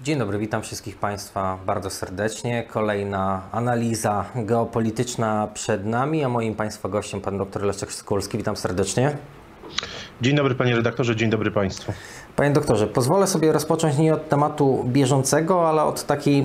Dzień dobry, witam wszystkich Państwa bardzo serdecznie. Kolejna analiza geopolityczna przed nami, a moim Państwa gościem pan dr Leszek Skulski. Witam serdecznie. Dzień dobry panie redaktorze, dzień dobry państwu. Panie doktorze, pozwolę sobie rozpocząć nie od tematu bieżącego, ale od takiej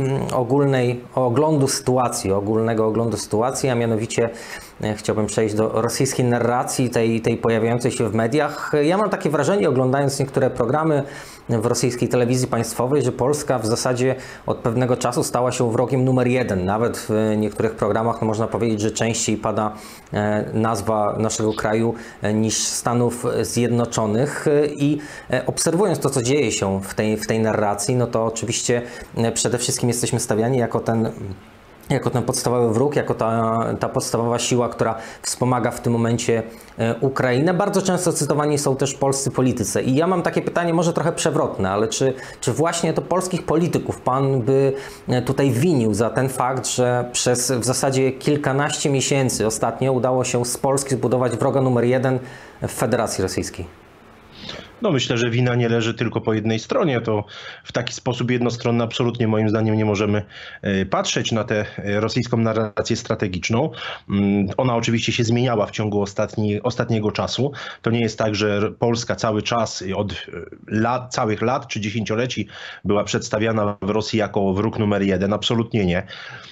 ogólnego oglądu sytuacji, a mianowicie chciałbym przejść do rosyjskiej narracji, tej pojawiającej się w mediach. Ja mam takie wrażenie, oglądając niektóre programy w rosyjskiej telewizji państwowej, że Polska w zasadzie od pewnego czasu stała się wrogiem numer jeden. Nawet w niektórych programach można powiedzieć, że częściej pada nazwa naszego kraju niż Stanów Zjednoczonych. I obserwując to, co dzieje się w tej narracji, no to oczywiście przede wszystkim jesteśmy stawiani jako ten podstawowy wróg, jako ta podstawowa siła, która wspomaga w tym momencie Ukrainę. Bardzo często cytowani są też polscy politycy. I ja mam takie pytanie, może trochę przewrotne, ale czy właśnie to polskich polityków pan by tutaj winił za ten fakt, że przez w zasadzie kilkanaście miesięcy ostatnio udało się z Polski zbudować wroga numer jeden w Federacji Rosyjskiej? No myślę, że wina nie leży tylko po jednej stronie. To w taki sposób jednostronny absolutnie moim zdaniem nie możemy patrzeć na tę rosyjską narrację strategiczną. Ona oczywiście się zmieniała w ciągu ostatniego czasu. To nie jest tak, że Polska cały czas od całych lat czy dziesięcioleci była przedstawiana w Rosji jako wróg numer jeden. Absolutnie nie.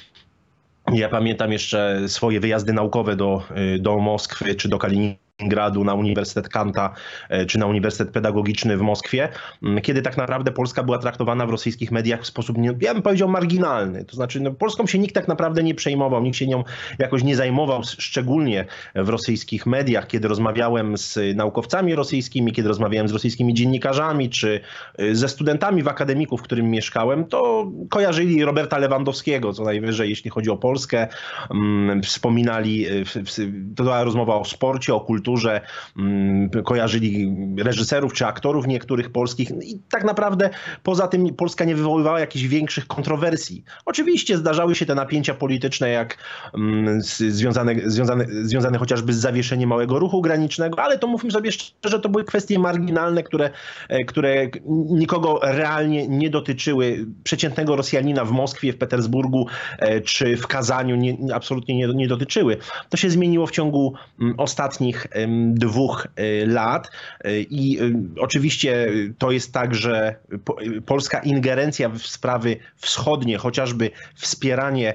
Ja pamiętam jeszcze swoje wyjazdy naukowe do Moskwy czy do Kaliningradu, na Uniwersytet Kanta czy na Uniwersytet Pedagogiczny w Moskwie, kiedy tak naprawdę Polska była traktowana w rosyjskich mediach w sposób, ja bym powiedział, marginalny. To znaczy Polską się nikt tak naprawdę nie przejmował, nikt się nią jakoś nie zajmował, szczególnie w rosyjskich mediach. Kiedy rozmawiałem z naukowcami rosyjskimi, kiedy rozmawiałem z rosyjskimi dziennikarzami czy ze studentami w akademiku, w którym mieszkałem, to kojarzyli Roberta Lewandowskiego co najwyżej, jeśli chodzi o Polskę. Wspominali, to była rozmowa o sporcie, o kulturze, kojarzyli reżyserów czy aktorów niektórych polskich i tak naprawdę poza tym Polska nie wywoływała jakichś większych kontrowersji. Oczywiście zdarzały się te napięcia polityczne, jak związane chociażby z zawieszeniem małego ruchu granicznego, ale to mówmy sobie szczerze, to były kwestie marginalne, które nikogo realnie nie dotyczyły. Przeciętnego Rosjanina w Moskwie, w Petersburgu czy w Kazaniu absolutnie nie dotyczyły. To się zmieniło w ciągu ostatnich 2 lat i oczywiście to jest tak, że polska ingerencja w sprawy wschodnie, chociażby wspieranie,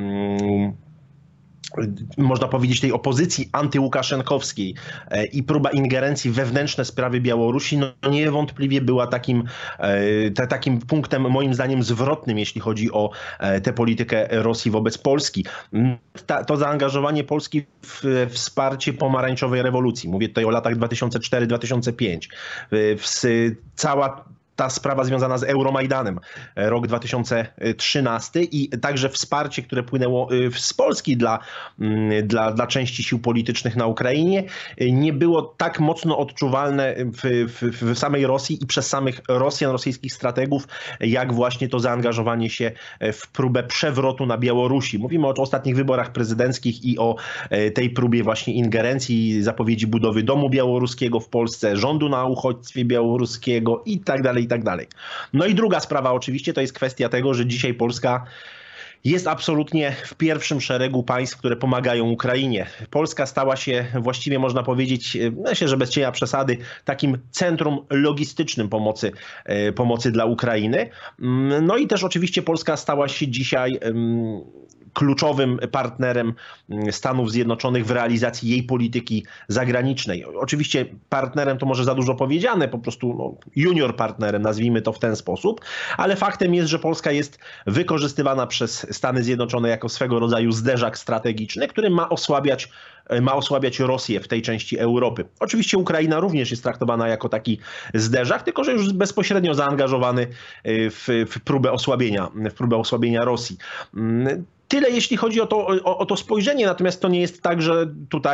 można powiedzieć, tej opozycji antyłukaszenkowskiej i próba ingerencji w wewnętrzne sprawy Białorusi, no niewątpliwie była takim punktem moim zdaniem zwrotnym, jeśli chodzi o tę politykę Rosji wobec Polski. To zaangażowanie Polski w wsparcie pomarańczowej rewolucji, mówię tutaj o latach 2004-2005, cała ta sprawa związana z Euromajdanem, rok 2013 i także wsparcie, które płynęło z Polski dla części sił politycznych na Ukrainie, nie było tak mocno odczuwalne w samej Rosji i przez samych Rosjan, rosyjskich strategów, jak właśnie to zaangażowanie się w próbę przewrotu na Białorusi. Mówimy o ostatnich wyborach prezydenckich i o tej próbie właśnie ingerencji, zapowiedzi budowy domu białoruskiego w Polsce, rządu na uchodźstwie białoruskiego i tak dalej, i tak dalej. No i druga sprawa oczywiście to jest kwestia tego, że dzisiaj Polska jest absolutnie w pierwszym szeregu państw, które pomagają Ukrainie. Polska stała się właściwie, można powiedzieć, myślę, że bez cienia przesady, takim centrum logistycznym pomocy dla Ukrainy. No i też oczywiście Polska stała się dzisiaj kluczowym partnerem Stanów Zjednoczonych w realizacji jej polityki zagranicznej. Oczywiście partnerem to może za dużo powiedziane, po prostu junior partnerem, nazwijmy to w ten sposób, ale faktem jest, że Polska jest wykorzystywana przez Stany Zjednoczone jako swego rodzaju zderzak strategiczny, który ma osłabiać Rosję w tej części Europy. Oczywiście Ukraina również jest traktowana jako taki zderzak, tylko że już bezpośrednio zaangażowany w próbę osłabienia Rosji. Tyle jeśli chodzi o to spojrzenie, natomiast to nie jest tak, że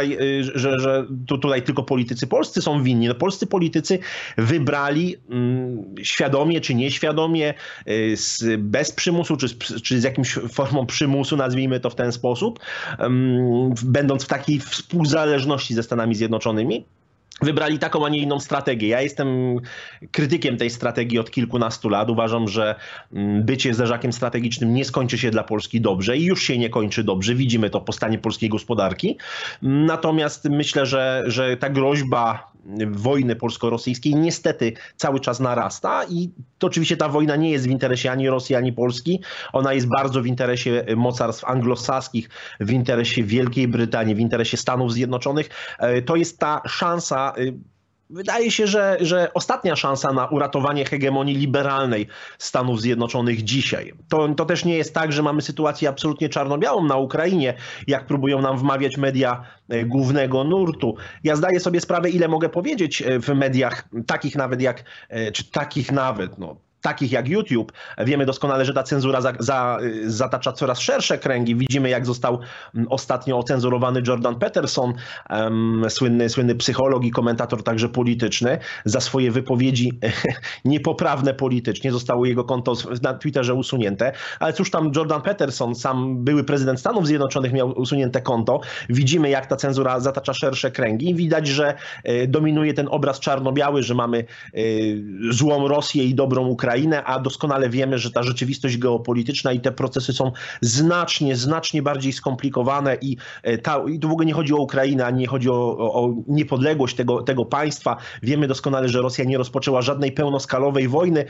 tutaj tylko politycy polscy są winni. No, polscy politycy wybrali świadomie czy nieświadomie, bez przymusu czy z jakimś formą przymusu, nazwijmy to w ten sposób, będąc w takiej współzależności ze Stanami Zjednoczonymi, wybrali taką, a nie inną strategię. Ja jestem krytykiem tej strategii od kilkunastu lat. Uważam, że bycie zderzakiem strategicznym nie skończy się dla Polski dobrze i już się nie kończy dobrze. Widzimy to po stanie polskiej gospodarki. Natomiast myślę, że ta groźba wojny polsko-rosyjskiej niestety cały czas narasta i to oczywiście ta wojna nie jest w interesie ani Rosji, ani Polski. Ona jest bardzo w interesie mocarstw anglosaskich, w interesie Wielkiej Brytanii, w interesie Stanów Zjednoczonych. To jest ta szansa. Wydaje się, że ostatnia szansa na uratowanie hegemonii liberalnej Stanów Zjednoczonych dzisiaj. To też nie jest tak, że mamy sytuację absolutnie czarno-białą na Ukrainie, jak próbują nam wmawiać media głównego nurtu. Ja zdaję sobie sprawę, ile mogę powiedzieć w mediach takich nawet takich jak YouTube. Wiemy doskonale, że ta cenzura zatacza coraz szersze kręgi. Widzimy, jak został ostatnio ocenzurowany Jordan Peterson, słynny psycholog i komentator także polityczny, za swoje wypowiedzi niepoprawne politycznie. Zostało jego konto na Twitterze usunięte. Ale cóż tam Jordan Peterson, sam były prezydent Stanów Zjednoczonych, miał usunięte konto. Widzimy, jak ta cenzura zatacza szersze kręgi. Widać, że dominuje ten obraz czarno-biały, że mamy złą Rosję i dobrą Ukrainę, a doskonale wiemy, że ta rzeczywistość geopolityczna i te procesy są znacznie bardziej skomplikowane i tu w ogóle nie chodzi o Ukrainę, ani nie chodzi o niepodległość tego państwa. Wiemy doskonale, że Rosja nie rozpoczęła żadnej pełnoskalowej wojny.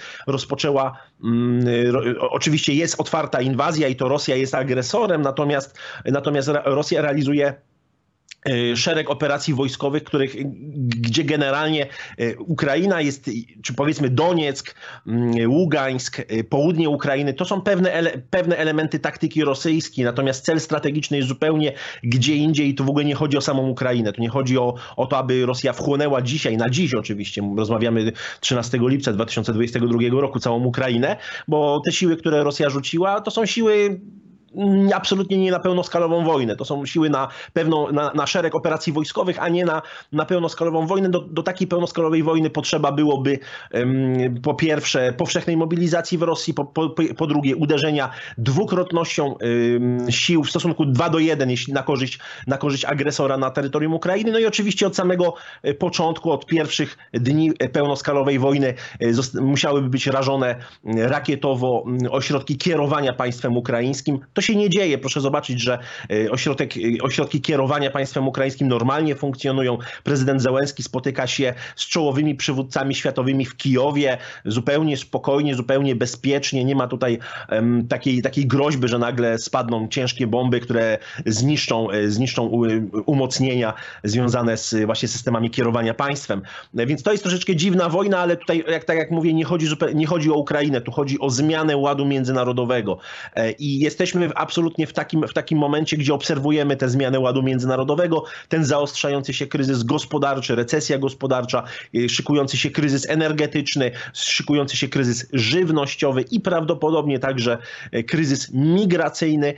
Oczywiście jest otwarta inwazja i to Rosja jest agresorem, natomiast Rosja realizuje szereg operacji wojskowych, gdzie generalnie Ukraina jest, czy powiedzmy Donieck, Ługańsk, południe Ukrainy, to są pewne elementy taktyki rosyjskiej, natomiast cel strategiczny jest zupełnie gdzie indziej i tu w ogóle nie chodzi o samą Ukrainę. Tu nie chodzi o to, aby Rosja wchłonęła na dziś oczywiście, rozmawiamy 13 lipca 2022 roku, całą Ukrainę, bo te siły, które Rosja rzuciła, to są siły absolutnie nie na pełnoskalową wojnę. To są siły na szereg operacji wojskowych, a nie na pełnoskalową wojnę. Do takiej pełnoskalowej wojny potrzeba byłoby po pierwsze powszechnej mobilizacji w Rosji, po drugie uderzenia dwukrotnością sił w stosunku 2:1, jeśli na korzyść agresora na terytorium Ukrainy. No i oczywiście od samego początku, od pierwszych dni pełnoskalowej wojny musiałyby być rażone rakietowo ośrodki kierowania państwem ukraińskim. To się nie dzieje. Proszę zobaczyć, że ośrodki kierowania państwem ukraińskim normalnie funkcjonują. Prezydent Zełenski spotyka się z czołowymi przywódcami światowymi w Kijowie zupełnie spokojnie, zupełnie bezpiecznie. Nie ma tutaj takiej groźby, że nagle spadną ciężkie bomby, które zniszczą umocnienia związane z właśnie systemami kierowania państwem. Więc to jest troszeczkę dziwna wojna, ale tutaj, jak mówię, nie chodzi o Ukrainę, tu chodzi o zmianę ładu międzynarodowego. I jesteśmy absolutnie w takim momencie, gdzie obserwujemy te zmiany ładu międzynarodowego, ten zaostrzający się kryzys gospodarczy, recesja gospodarcza, szykujący się kryzys energetyczny, szykujący się kryzys żywnościowy i prawdopodobnie także kryzys migracyjny,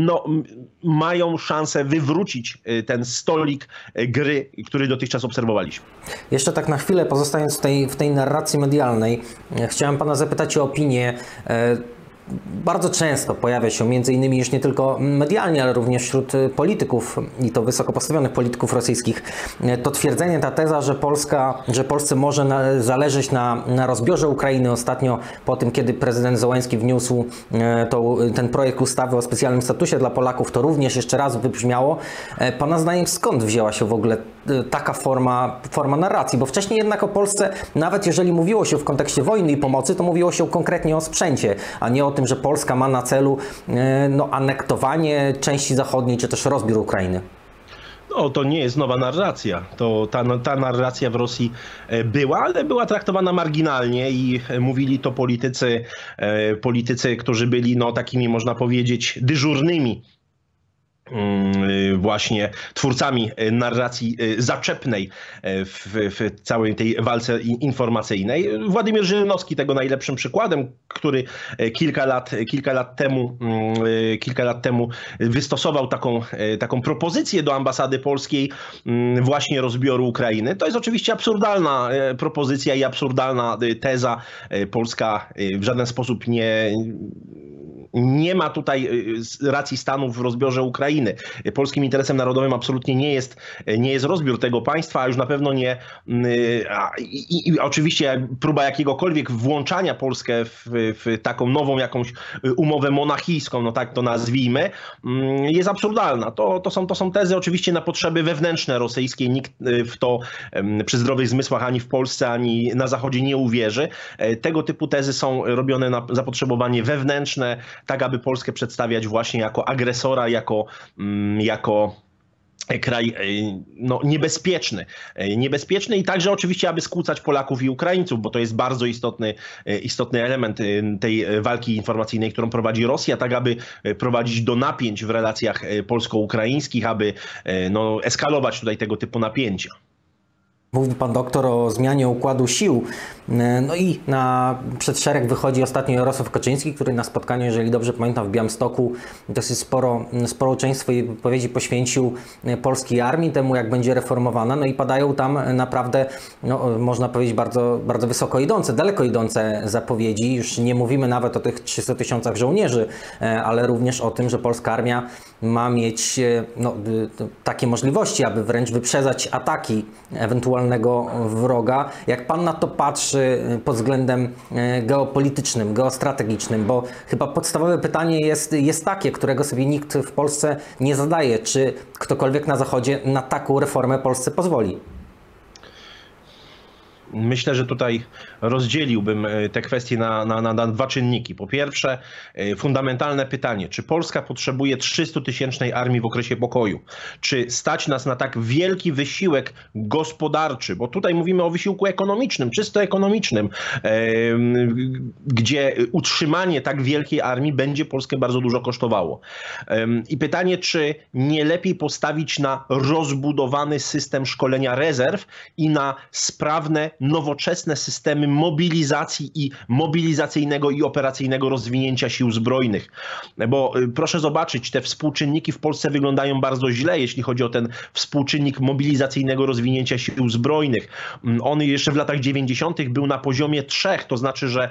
mają szansę wywrócić ten stolik gry, który dotychczas obserwowaliśmy. Jeszcze tak na chwilę, pozostając w tej narracji medialnej, chciałem pana zapytać o opinię. Bardzo często pojawia się między innymi już nie tylko medialnie, ale również wśród polityków i to wysoko postawionych polityków rosyjskich to twierdzenie, ta teza, że Polsce może zależeć na rozbiorze Ukrainy. Ostatnio po tym, kiedy prezydent Zełenski wniósł ten projekt ustawy o specjalnym statusie dla Polaków, to również jeszcze raz wybrzmiało. Pana zdaniem skąd wzięła się w ogóle taka forma narracji? Bo wcześniej jednak o Polsce, nawet jeżeli mówiło się w kontekście wojny i pomocy, to mówiło się konkretnie o sprzęcie, a nie o tym, że Polska ma na celu anektowanie części zachodniej, czy też rozbiór Ukrainy. No, to nie jest nowa narracja. Ta narracja w Rosji była, ale była traktowana marginalnie i mówili to politycy, którzy byli takimi, można powiedzieć, dyżurnymi właśnie twórcami narracji zaczepnej w całej tej walce informacyjnej. Władimir Żyrynowski tego najlepszym przykładem, który kilka lat temu wystosował taką propozycję do ambasady polskiej właśnie rozbioru Ukrainy. To jest oczywiście absurdalna propozycja i absurdalna teza. Polska w żaden sposób Nie ma tutaj racji stanu w rozbiorze Ukrainy. Polskim interesem narodowym absolutnie nie jest rozbiór tego państwa, a już na pewno nie i oczywiście próba jakiegokolwiek włączania Polskę w taką nową jakąś umowę monachijską, no tak to nazwijmy, jest absurdalna. To są tezy oczywiście na potrzeby wewnętrzne rosyjskie. Nikt w to przy zdrowych zmysłach ani w Polsce, ani na Zachodzie nie uwierzy. Tego typu tezy są robione na zapotrzebowanie wewnętrzne, tak aby Polskę przedstawiać właśnie jako agresora, jako kraj no, niebezpieczny i także oczywiście, aby skłócać Polaków i Ukraińców, bo to jest bardzo istotny element tej walki informacyjnej, którą prowadzi Rosja, tak aby prowadzić do napięć w relacjach polsko-ukraińskich, aby no, eskalować tutaj tego typu napięcia. Mówił pan doktor o zmianie układu sił. No i przed szereg wychodzi ostatnio Jarosław Kaczyński, który na spotkaniu, jeżeli dobrze pamiętam, w Białymstoku dosyć sporą część swojej wypowiedzi poświęcił polskiej armii, temu jak będzie reformowana. No i padają tam naprawdę, no, można powiedzieć, bardzo, bardzo wysoko idące, daleko idące zapowiedzi. Już nie mówimy nawet o tych 300 000 żołnierzy, ale również o tym, że polska armia ma mieć no, takie możliwości, aby wręcz wyprzedzać ataki ewentualnego wroga. Jak pan na to patrzy pod względem geopolitycznym, geostrategicznym? Bo chyba podstawowe pytanie jest takie, którego sobie nikt w Polsce nie zadaje. Czy ktokolwiek na Zachodzie na taką reformę Polsce pozwoli? Myślę, że tutaj rozdzieliłbym te kwestie na dwa czynniki. Po pierwsze, fundamentalne pytanie, czy Polska potrzebuje 300-tysięcznej armii w okresie pokoju? Czy stać nas na tak wielki wysiłek gospodarczy? Bo tutaj mówimy o wysiłku ekonomicznym, czysto ekonomicznym, gdzie utrzymanie tak wielkiej armii będzie Polskę bardzo dużo kosztowało. I pytanie, czy nie lepiej postawić na rozbudowany system szkolenia rezerw i na sprawne, nowoczesne systemy mobilizacji i mobilizacyjnego i operacyjnego rozwinięcia sił zbrojnych. Bo proszę zobaczyć, te współczynniki w Polsce wyglądają bardzo źle, jeśli chodzi o ten współczynnik mobilizacyjnego rozwinięcia sił zbrojnych. On jeszcze w latach 90. był na poziomie 3, to znaczy, że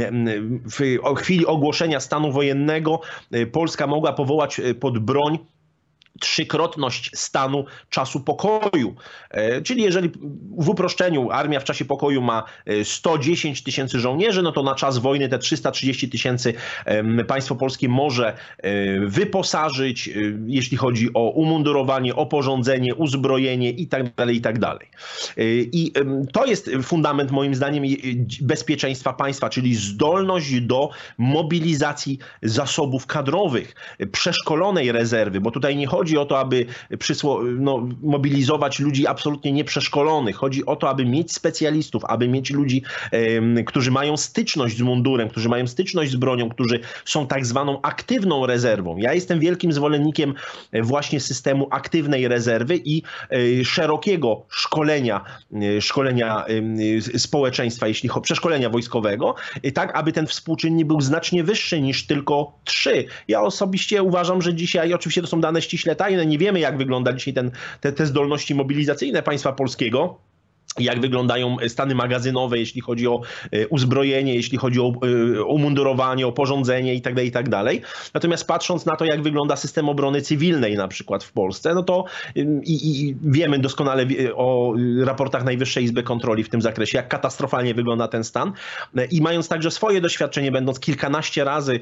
w chwili ogłoszenia stanu wojennego Polska mogła powołać pod broń 3-krotność stanu czasu pokoju. Czyli jeżeli w uproszczeniu armia w czasie pokoju ma 110 000 żołnierzy, no to na czas wojny te 330 000 państwo polskie może wyposażyć, jeśli chodzi o umundurowanie, oporządzenie, uzbrojenie itd., itd. I to jest fundament moim zdaniem bezpieczeństwa państwa, czyli zdolność do mobilizacji zasobów kadrowych, przeszkolonej rezerwy, bo tutaj nie chodzi o to, aby mobilizować ludzi absolutnie nieprzeszkolonych. Chodzi o to, aby mieć specjalistów, aby mieć ludzi, którzy mają styczność z mundurem, którzy mają styczność z bronią, którzy są tak zwaną aktywną rezerwą. Ja jestem wielkim zwolennikiem właśnie systemu aktywnej rezerwy i szerokiego szkolenia społeczeństwa, jeśli chodzi o przeszkolenia wojskowego, tak aby ten współczynnik był znacznie wyższy niż tylko 3. Ja osobiście uważam, że dzisiaj, oczywiście to są dane ściśle tajne, nie wiemy jak wygląda dzisiaj te zdolności mobilizacyjne państwa polskiego, jak wyglądają stany magazynowe, jeśli chodzi o uzbrojenie, jeśli chodzi o umundurowanie, oporządzenie itd. Natomiast patrząc na to, jak wygląda system obrony cywilnej na przykład w Polsce, no to i wiemy doskonale o raportach Najwyższej Izby Kontroli w tym zakresie, jak katastrofalnie wygląda ten stan. I mając także swoje doświadczenie, będąc kilkanaście razy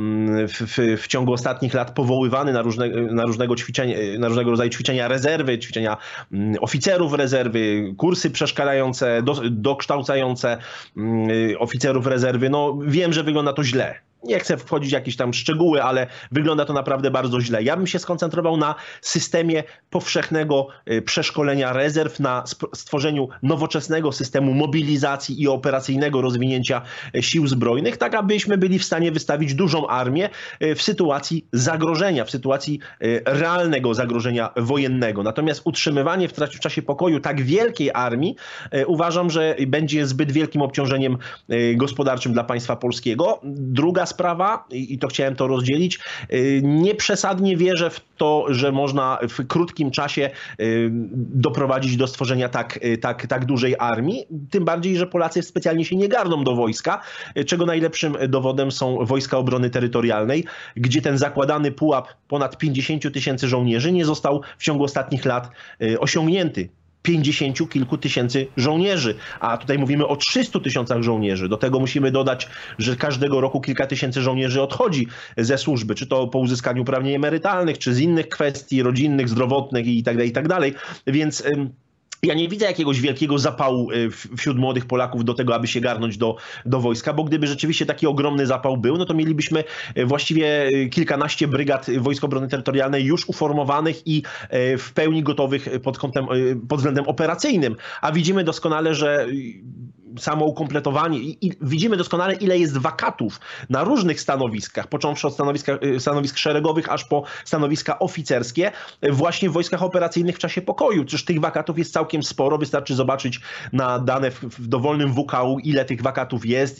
w ciągu ostatnich lat powoływany na różnego rodzaju ćwiczenia rezerwy, ćwiczenia oficerów rezerwy, kursy przeszkalające, dokształcające oficerów rezerwy, no wiem, że wygląda to źle. Nie chcę wchodzić w jakieś tam szczegóły, ale wygląda to naprawdę bardzo źle. Ja bym się skoncentrował na systemie powszechnego przeszkolenia rezerw, na stworzeniu nowoczesnego systemu mobilizacji i operacyjnego rozwinięcia sił zbrojnych, tak abyśmy byli w stanie wystawić dużą armię w sytuacji zagrożenia, w sytuacji realnego zagrożenia wojennego. Natomiast utrzymywanie w czasie pokoju tak wielkiej armii uważam, że będzie zbyt wielkim obciążeniem gospodarczym dla państwa polskiego. Druga sprawa i to chciałem to rozdzielić. Nie przesadnie wierzę w to, że można w krótkim czasie doprowadzić do stworzenia tak dużej armii. Tym bardziej, że Polacy specjalnie się nie garną do wojska, czego najlepszym dowodem są Wojska Obrony Terytorialnej, gdzie ten zakładany pułap ponad 50 000 żołnierzy nie został w ciągu ostatnich lat osiągnięty. 50 kilku tysięcy żołnierzy, a tutaj mówimy o 300 000 żołnierzy. Do tego musimy dodać, że każdego roku kilka tysięcy żołnierzy odchodzi ze służby, czy to po uzyskaniu uprawnień emerytalnych, czy z innych kwestii rodzinnych, zdrowotnych itd. Więc ja nie widzę jakiegoś wielkiego zapału wśród młodych Polaków do tego, aby się garnąć do wojska, bo gdyby rzeczywiście taki ogromny zapał był, no to mielibyśmy właściwie kilkanaście brygad Wojsk Obrony Terytorialnej już uformowanych i w pełni gotowych pod względem operacyjnym. A widzimy doskonale, że samo ukompletowanie i widzimy doskonale, ile jest wakatów na różnych stanowiskach, począwszy od stanowisk szeregowych, aż po stanowiska oficerskie, właśnie w wojskach operacyjnych w czasie pokoju. Przecież tych wakatów jest całkiem sporo, wystarczy zobaczyć na dane w dowolnym WKU, ile tych wakatów jest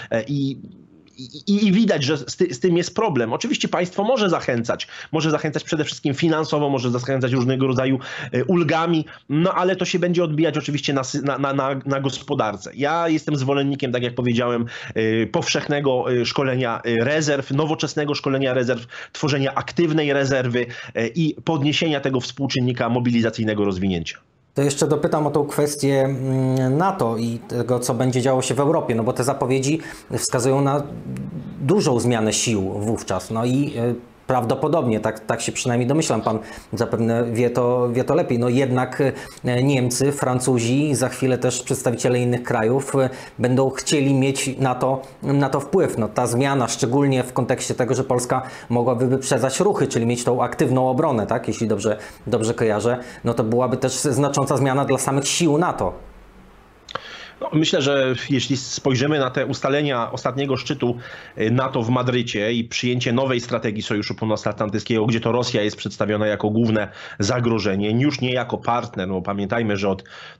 i widać, że z tym jest problem. Oczywiście państwo może zachęcać przede wszystkim finansowo, może zachęcać różnego rodzaju ulgami, no ale to się będzie odbijać oczywiście na gospodarce. Ja jestem zwolennikiem, tak jak powiedziałem, powszechnego szkolenia rezerw, nowoczesnego szkolenia rezerw, tworzenia aktywnej rezerwy i podniesienia tego współczynnika mobilizacyjnego rozwinięcia. To jeszcze dopytam o tą kwestię NATO i tego, co będzie działo się w Europie, no bo te zapowiedzi wskazują na dużą zmianę sił wówczas. No i prawdopodobnie, tak się przynajmniej domyślam, pan zapewne wie to lepiej. No jednak Niemcy, Francuzi, za chwilę też przedstawiciele innych krajów będą chcieli mieć na to wpływ. No ta zmiana, szczególnie w kontekście tego, że Polska mogłaby wyprzedzać ruchy, czyli mieć tą aktywną obronę, tak, jeśli dobrze kojarzę, no to byłaby też znacząca zmiana dla samych sił NATO. No, myślę, że jeśli spojrzymy na te ustalenia ostatniego szczytu NATO w Madrycie i przyjęcie nowej strategii Sojuszu Północnoatlantyckiego, gdzie to Rosja jest przedstawiona jako główne zagrożenie, już nie jako partner, bo pamiętajmy, że od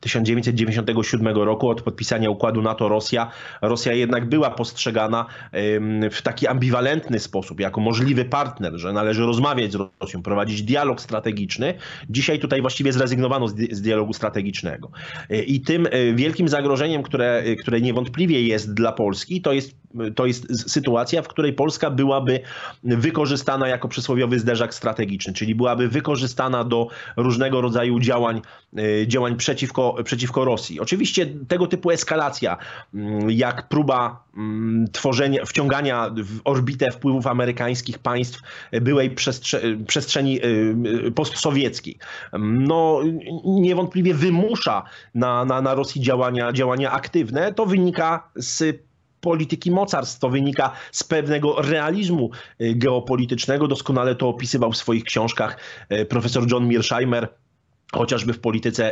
1997 roku, od podpisania układu NATO-Rosja jednak była postrzegana w taki ambiwalentny sposób, jako możliwy partner, że należy rozmawiać z Rosją, prowadzić dialog strategiczny. Dzisiaj tutaj właściwie zrezygnowano z dialogu strategicznego. I tym wielkim zagrożeniem, które niewątpliwie jest dla Polski, to jest sytuacja, w której Polska byłaby wykorzystana jako przysłowiowy zderzak strategiczny, czyli byłaby wykorzystana do różnego rodzaju działań przeciwko Rosji. Oczywiście tego typu eskalacja, jak próba wciągania w orbitę wpływów amerykańskich państw byłej przestrzeni postsowieckiej, no niewątpliwie wymusza na Rosji działania aktywne. To wynika z polityki mocarstw, to wynika z pewnego realizmu geopolitycznego. Doskonale to opisywał w swoich książkach profesor John Mearsheimer, chociażby w polityce,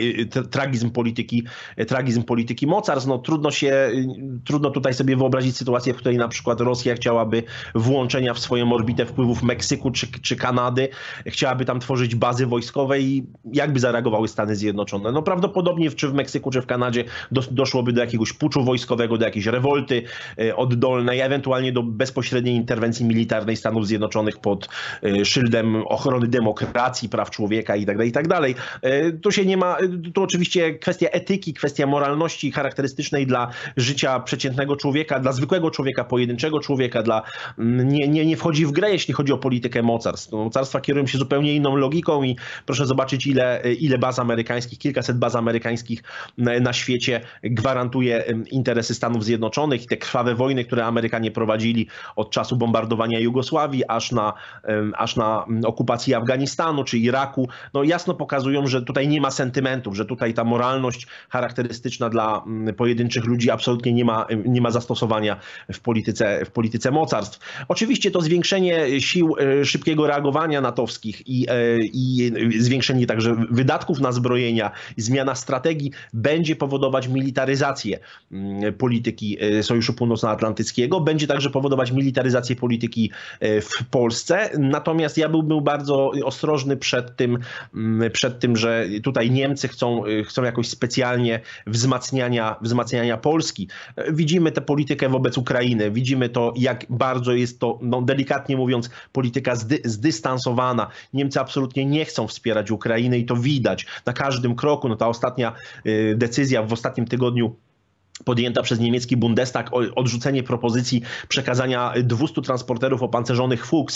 tragizm polityki mocarstw. No, trudno tutaj sobie wyobrazić sytuację, w której na przykład Rosja chciałaby włączenia w swoją orbitę wpływów Meksyku czy Kanady, chciałaby tam tworzyć bazy wojskowe i jakby zareagowały Stany Zjednoczone. No prawdopodobnie czy w Meksyku, czy w Kanadzie doszłoby do jakiegoś puczu wojskowego, do jakiejś rewolty oddolnej, ewentualnie do bezpośredniej interwencji militarnej Stanów Zjednoczonych pod szyldem ochrony demokracji, praw człowieka itd. Tu się nie ma, to oczywiście kwestia etyki, kwestia moralności charakterystycznej dla życia przeciętnego człowieka, dla zwykłego człowieka, pojedynczego człowieka, nie wchodzi w grę, jeśli chodzi o politykę mocarstw. Mocarstwa kierują się zupełnie inną logiką i proszę zobaczyć, ile baz amerykańskich, kilkaset baz amerykańskich na świecie gwarantuje interesy Stanów Zjednoczonych i te krwawe wojny, które Amerykanie prowadzili od czasu bombardowania Jugosławii aż na okupację Afganistanu czy Iraku, no jasno pokazują, że tutaj nie ma sentymentów, że tutaj ta moralność charakterystyczna dla pojedynczych ludzi absolutnie nie ma zastosowania w polityce mocarstw. Oczywiście to zwiększenie sił szybkiego reagowania natowskich i zwiększenie także wydatków na zbrojenia, zmiana strategii będzie powodować militaryzację polityki Sojuszu Północnoatlantyckiego, będzie także powodować militaryzację polityki w Polsce. Natomiast ja byłbym bardzo ostrożny przed przed tym, że tutaj Niemcy chcą jakoś specjalnie wzmacniania Polski. Widzimy tę politykę wobec Ukrainy, widzimy to, jak bardzo jest to, no, delikatnie mówiąc, polityka zdystansowana. Niemcy absolutnie nie chcą wspierać Ukrainy i to widać na każdym kroku. No, ta ostatnia decyzja w ostatnim tygodniu podjęta przez niemiecki Bundestag o odrzucenie propozycji przekazania 200 transporterów opancerzonych Fuchs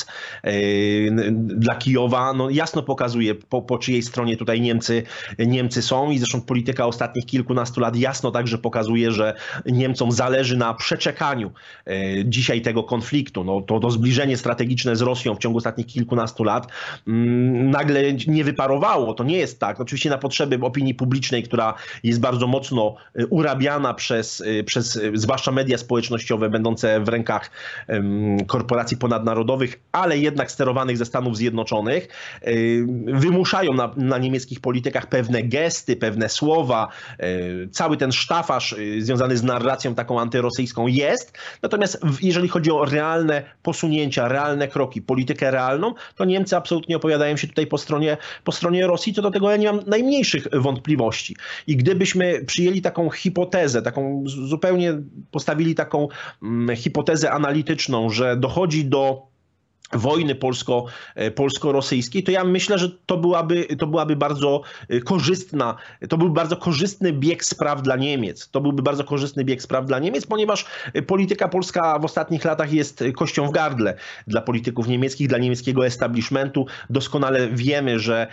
dla Kijowa, no jasno pokazuje, po czyjej stronie tutaj Niemcy są i zresztą polityka ostatnich kilkunastu lat jasno także pokazuje, że Niemcom zależy na przeczekaniu dzisiaj tego konfliktu. No, to zbliżenie strategiczne z Rosją w ciągu ostatnich kilkunastu lat nagle nie wyparowało. To nie jest tak. Oczywiście na potrzeby opinii publicznej, która jest bardzo mocno urabiana przez zwłaszcza media społecznościowe będące w rękach korporacji ponadnarodowych, ale jednak sterowanych ze Stanów Zjednoczonych, wymuszają na niemieckich politykach pewne gesty, pewne słowa. Cały ten sztafaż związany z narracją taką antyrosyjską jest. Natomiast jeżeli chodzi o realne posunięcia, realne kroki, politykę realną, to Niemcy absolutnie opowiadają się tutaj po stronie Rosji, co do tego ja nie mam najmniejszych wątpliwości. I gdybyśmy przyjęli taką hipotezę, zupełnie postawili taką hipotezę analityczną, że dochodzi do wojny polsko-rosyjskiej, to ja myślę, że to byłaby bardzo korzystna, to byłby bardzo korzystny bieg spraw dla Niemiec. To byłby bardzo korzystny bieg spraw dla Niemiec, ponieważ polityka polska w ostatnich latach jest kością w gardle dla polityków niemieckich, dla niemieckiego establishmentu. Doskonale wiemy, że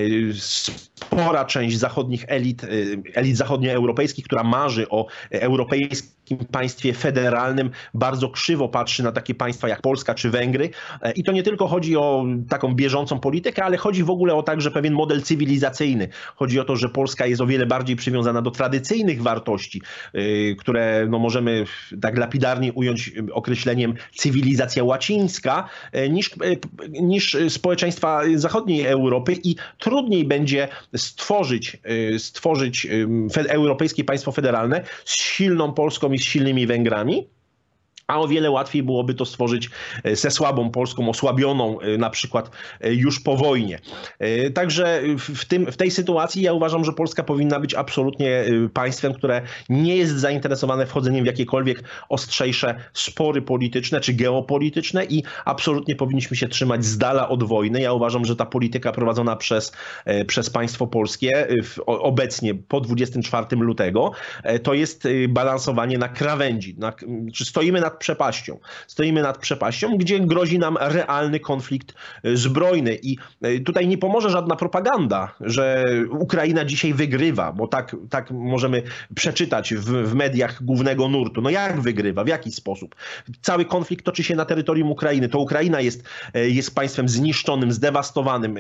spora część zachodnich elit zachodnioeuropejskich, która marzy o europejskim państwie federalnym, bardzo krzywo patrzy na takie państwa jak Polska czy Węgry. I to nie tylko chodzi o taką bieżącą politykę, ale chodzi w ogóle o także pewien model cywilizacyjny. Chodzi o to, że Polska jest o wiele bardziej przywiązana do tradycyjnych wartości, które no, możemy tak lapidarnie ująć określeniem cywilizacja łacińska, niż społeczeństwa zachodniej Europy i trudniej będzie stworzyć europejskie państwo federalne z silną Polską i z silnymi Węgrami. A o wiele łatwiej byłoby to stworzyć ze słabą Polską, osłabioną na przykład już po wojnie. Także w tej sytuacji ja uważam, że Polska powinna być absolutnie państwem, które nie jest zainteresowane wchodzeniem w jakiekolwiek ostrzejsze spory polityczne czy geopolityczne i absolutnie powinniśmy się trzymać z dala od wojny. Ja uważam, że ta polityka prowadzona przez państwo polskie obecnie po 24 lutego to jest balansowanie na krawędzi. Stoimy nad przepaścią, gdzie grozi nam realny konflikt zbrojny i tutaj nie pomoże żadna propaganda, że Ukraina dzisiaj wygrywa, bo tak możemy przeczytać w mediach głównego nurtu. No jak wygrywa? W jaki sposób? Cały konflikt toczy się na terytorium Ukrainy. To Ukraina jest państwem zniszczonym, zdewastowanym,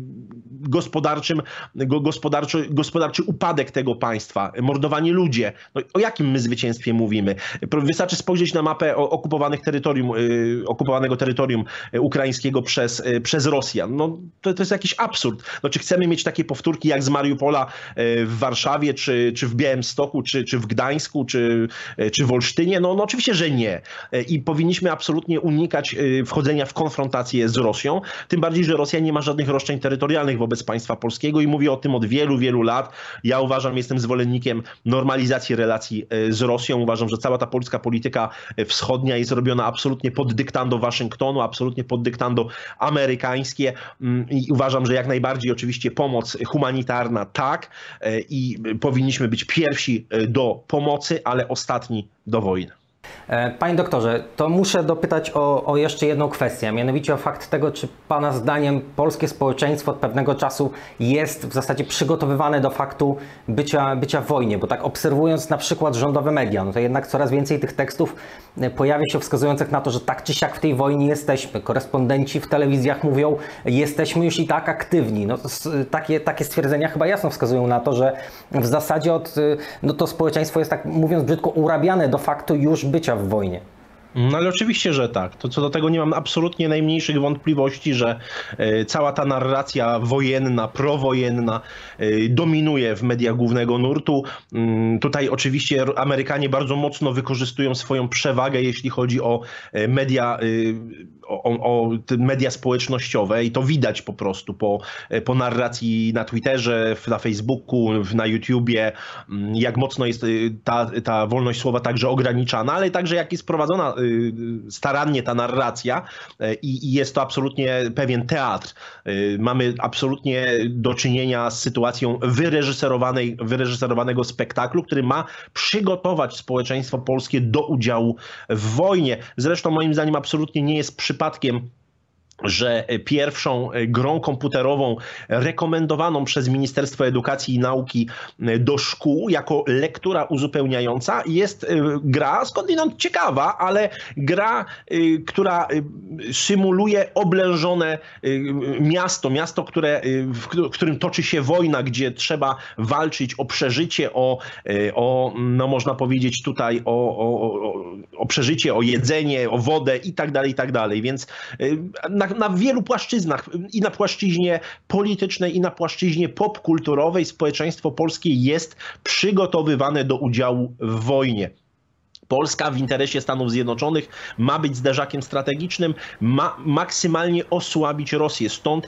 gospodarczy upadek tego państwa, mordowani ludzie. No, o jakim my zwycięstwie mówimy? Wystarczy spojrzeć na mapę okupowanego terytorium ukraińskiego przez Rosjan. No, to jest jakiś absurd. No, czy chcemy mieć takie powtórki jak z Mariupola w Warszawie, czy w Białymstoku, czy w Gdańsku, czy w Olsztynie? No oczywiście, że nie. I powinniśmy absolutnie unikać wchodzenia w konfrontację z Rosją. Tym bardziej, że Rosja nie ma żadnych roszczeń terytorialnych wobec państwa polskiego i mówię o tym od wielu, wielu lat. Ja jestem zwolennikiem normalizacji relacji z Rosją. Uważam, że cała ta polska polityka wschodnia jest robiona absolutnie pod dyktando Waszyngtonu, absolutnie pod dyktando amerykańskie i uważam, że jak najbardziej oczywiście pomoc humanitarna tak i powinniśmy być pierwsi do pomocy, ale ostatni do wojny. Panie doktorze, to muszę dopytać o jeszcze jedną kwestię, a mianowicie o fakt tego, czy Pana zdaniem polskie społeczeństwo od pewnego czasu jest w zasadzie przygotowywane do faktu bycia w wojnie, bo tak obserwując na przykład rządowe media, no to jednak coraz więcej tych tekstów pojawia się wskazujących na to, że tak czy siak w tej wojnie jesteśmy. Korespondenci w telewizjach mówią, jesteśmy już i tak aktywni. No takie stwierdzenia chyba jasno wskazują na to, że w zasadzie to społeczeństwo jest, tak mówiąc brzydko, urabiane do faktu już bycia w wojnie. No ale oczywiście, że tak. To co do tego nie mam absolutnie najmniejszych wątpliwości, że cała ta narracja wojenna, prowojenna dominuje w mediach głównego nurtu. Tutaj oczywiście Amerykanie bardzo mocno wykorzystują swoją przewagę, jeśli chodzi o media, o te media społecznościowe i to widać po prostu po narracji na Twitterze, na Facebooku, na YouTubie, jak mocno jest ta wolność słowa także ograniczana, ale także jak jest prowadzona starannie ta narracja i jest to absolutnie pewien teatr. Mamy absolutnie do czynienia z sytuacją wyreżyserowanego spektaklu, który ma przygotować społeczeństwo polskie do udziału w wojnie. Zresztą moim zdaniem absolutnie nie jest przypadkiem, że pierwszą grą komputerową rekomendowaną przez Ministerstwo Edukacji i Nauki do szkół jako lektura uzupełniająca jest gra skądinąd ciekawa, ale gra, która symuluje oblężone miasto, w którym toczy się wojna, gdzie trzeba walczyć o przeżycie, no można powiedzieć tutaj o przeżycie, o jedzenie, o wodę i tak dalej. Więc na wielu płaszczyznach, i na płaszczyźnie politycznej, i na płaszczyźnie popkulturowej społeczeństwo polskie jest przygotowywane do udziału w wojnie. Polska w interesie Stanów Zjednoczonych ma być zderzakiem strategicznym, ma maksymalnie osłabić Rosję. Stąd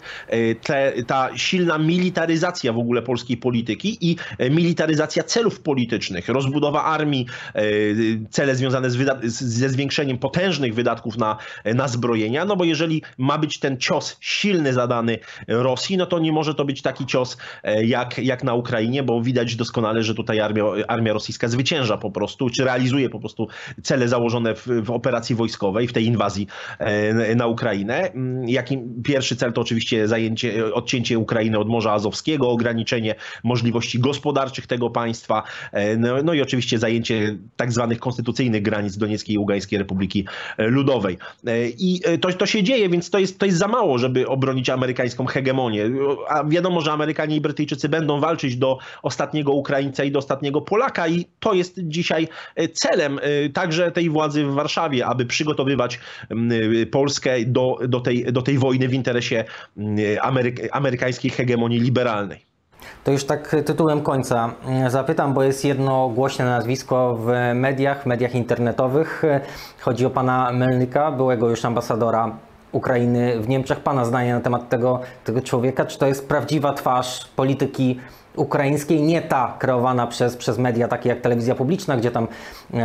ta silna militaryzacja w ogóle polskiej polityki i militaryzacja celów politycznych, rozbudowa armii, cele związane ze zwiększeniem potężnych wydatków na zbrojenia, no bo jeżeli ma być ten cios silny zadany Rosji, no to nie może to być taki cios jak na Ukrainie, bo widać doskonale, że tutaj armia rosyjska zwycięża po prostu, czy realizuje po prostu cele założone w operacji wojskowej, w tej inwazji na Ukrainę. Pierwszy cel to oczywiście odcięcie Ukrainy od Morza Azowskiego, ograniczenie możliwości gospodarczych tego państwa, no i oczywiście zajęcie tak zwanych konstytucyjnych granic Donieckiej i Ługańskiej Republiki Ludowej. I to się dzieje, więc to jest za mało, żeby obronić amerykańską hegemonię. A wiadomo, że Amerykanie i Brytyjczycy będą walczyć do ostatniego Ukraińca i do ostatniego Polaka i to jest dzisiaj celem także tej władzy w Warszawie, aby przygotowywać Polskę do tej wojny w interesie amerykańskiej hegemonii liberalnej. To już tak tytułem końca zapytam, bo jest jedno głośne nazwisko w mediach internetowych. Chodzi o pana Melnyka, byłego już ambasadora Ukrainy w Niemczech. Pana zdanie na temat tego człowieka, czy to jest prawdziwa twarz polityki ukraińskiej, nie ta kreowana przez media takie jak telewizja publiczna, gdzie tam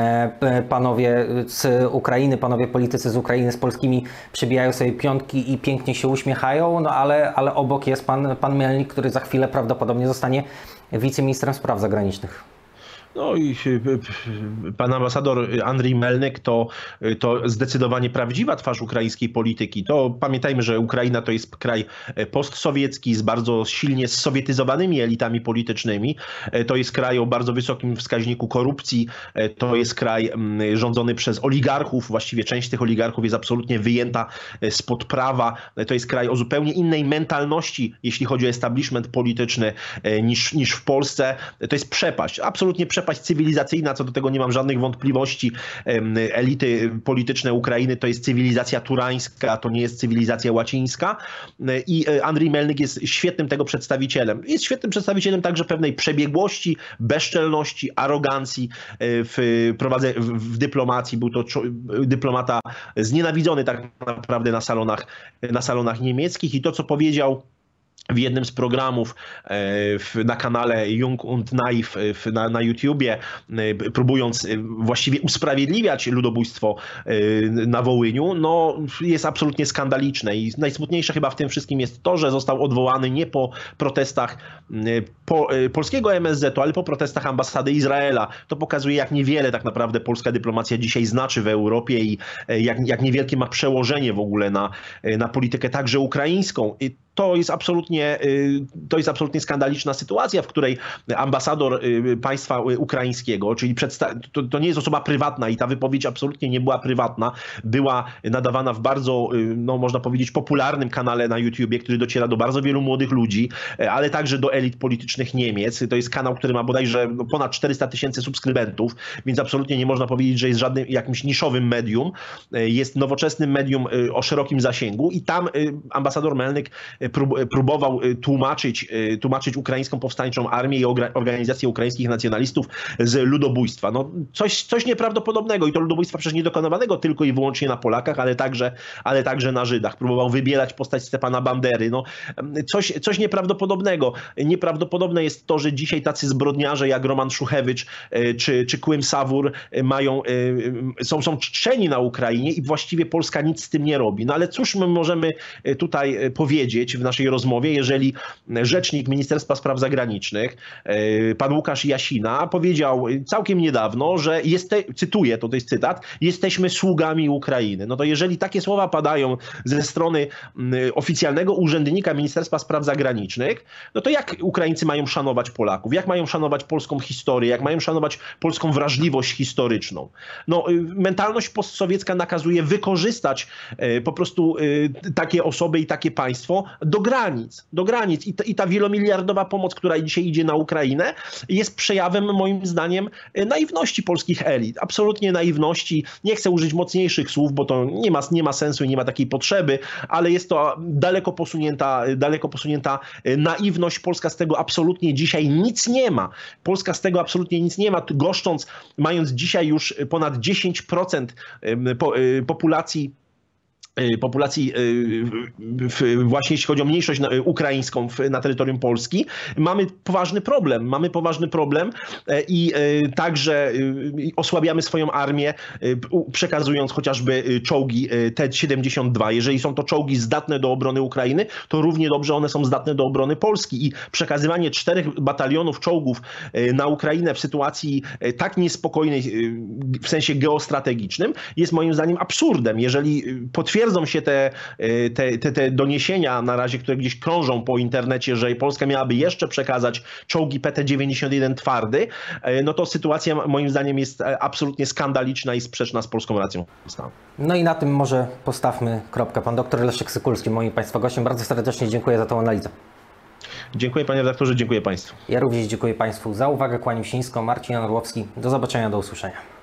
panowie z Ukrainy, panowie politycy z Ukrainy z polskimi przybijają sobie piątki i pięknie się uśmiechają, no ale obok jest pan Melnyk, który za chwilę prawdopodobnie zostanie wiceministrem spraw zagranicznych. No i pan ambasador Andriy Melnyk to zdecydowanie prawdziwa twarz ukraińskiej polityki. To pamiętajmy, że Ukraina to jest kraj postsowiecki z bardzo silnie zsowietyzowanymi elitami politycznymi. To jest kraj o bardzo wysokim wskaźniku korupcji. To jest kraj rządzony przez oligarchów. Właściwie część tych oligarchów jest absolutnie wyjęta spod prawa. To jest kraj o zupełnie innej mentalności, jeśli chodzi o establishment polityczny niż w Polsce. To jest przepaść, absolutnie przepaść cywilizacyjna, co do tego nie mam żadnych wątpliwości. Elity polityczne Ukrainy to jest cywilizacja turańska, to nie jest cywilizacja łacińska i Andriy Melnyk jest świetnym tego przedstawicielem. Jest świetnym przedstawicielem także pewnej przebiegłości, bezczelności, arogancji w dyplomacji. Był to dyplomata znienawidzony tak naprawdę na salonach niemieckich i to, co powiedział w jednym z programów na kanale Jung und Naiv na YouTubie, próbując właściwie usprawiedliwiać ludobójstwo na Wołyniu, no jest absolutnie skandaliczne i najsmutniejsze chyba w tym wszystkim jest to, że został odwołany nie po protestach polskiego MSZ-u, ale po protestach ambasady Izraela. To pokazuje, jak niewiele tak naprawdę polska dyplomacja dzisiaj znaczy w Europie i jak niewielkie ma przełożenie w ogóle na politykę także ukraińską. to jest absolutnie skandaliczna sytuacja, w której ambasador państwa ukraińskiego, czyli to nie jest osoba prywatna i ta wypowiedź absolutnie nie była prywatna, była nadawana w bardzo, no można powiedzieć, popularnym kanale na YouTubie, który dociera do bardzo wielu młodych ludzi, ale także do elit politycznych Niemiec. To jest kanał, który ma bodajże ponad 400 000 subskrybentów, więc absolutnie nie można powiedzieć, że jest żadnym jakimś niszowym medium. Jest nowoczesnym medium o szerokim zasięgu i tam ambasador Melnyk próbował tłumaczyć ukraińską powstańczą armię i organizację ukraińskich nacjonalistów z ludobójstwa. No, coś nieprawdopodobnego i to ludobójstwa przecież nie dokonywanego tylko i wyłącznie na Polakach, ale także na Żydach. Próbował wybierać postać Stepana Bandery. No, coś nieprawdopodobnego. Nieprawdopodobne jest to, że dzisiaj tacy zbrodniarze jak Roman Szuchewicz czy Kłym Sawur są czczeni na Ukrainie i właściwie Polska nic z tym nie robi. No ale cóż my możemy tutaj powiedzieć w naszej rozmowie, jeżeli rzecznik Ministerstwa Spraw Zagranicznych, pan Łukasz Jasina, powiedział całkiem niedawno, że cytuję, to jest cytat, jesteśmy sługami Ukrainy. No to jeżeli takie słowa padają ze strony oficjalnego urzędnika Ministerstwa Spraw Zagranicznych, no to jak Ukraińcy mają szanować Polaków? Jak mają szanować polską historię? Jak mają szanować polską wrażliwość historyczną? No, mentalność postsowiecka nakazuje wykorzystać po prostu takie osoby i takie państwo do granic. I ta wielomiliardowa pomoc, która dzisiaj idzie na Ukrainę, jest przejawem, moim zdaniem, naiwności polskich elit. Absolutnie naiwności. Nie chcę użyć mocniejszych słów, bo to nie ma sensu i nie ma takiej potrzeby, ale jest to daleko posunięta naiwność. Polska z tego absolutnie dzisiaj nic nie ma. Polska z tego absolutnie nic nie ma. Mając dzisiaj już ponad 10% populacji właśnie jeśli chodzi o mniejszość ukraińską na terytorium Polski, mamy poważny problem i także osłabiamy swoją armię, przekazując chociażby czołgi T-72. Jeżeli są to czołgi zdatne do obrony Ukrainy, to równie dobrze one są zdatne do obrony Polski i przekazywanie 4 batalionów czołgów na Ukrainę w sytuacji tak niespokojnej w sensie geostrategicznym jest moim zdaniem absurdem. Jeżeli potwierdzą się te doniesienia na razie, które gdzieś krążą po internecie, że Polska miałaby jeszcze przekazać czołgi PT-91 twardy, no to sytuacja moim zdaniem jest absolutnie skandaliczna i sprzeczna z polską racją stanu. No i na tym może postawmy kropkę. Pan dr Leszek Sykulski, moim Państwa gościem. Bardzo serdecznie dziękuję za tę analizę. Dziękuję panie redaktorze, dziękuję Państwu. Ja również dziękuję Państwu za uwagę. Kłaniam się nisko. Marcin Orłowski. Do zobaczenia, do usłyszenia.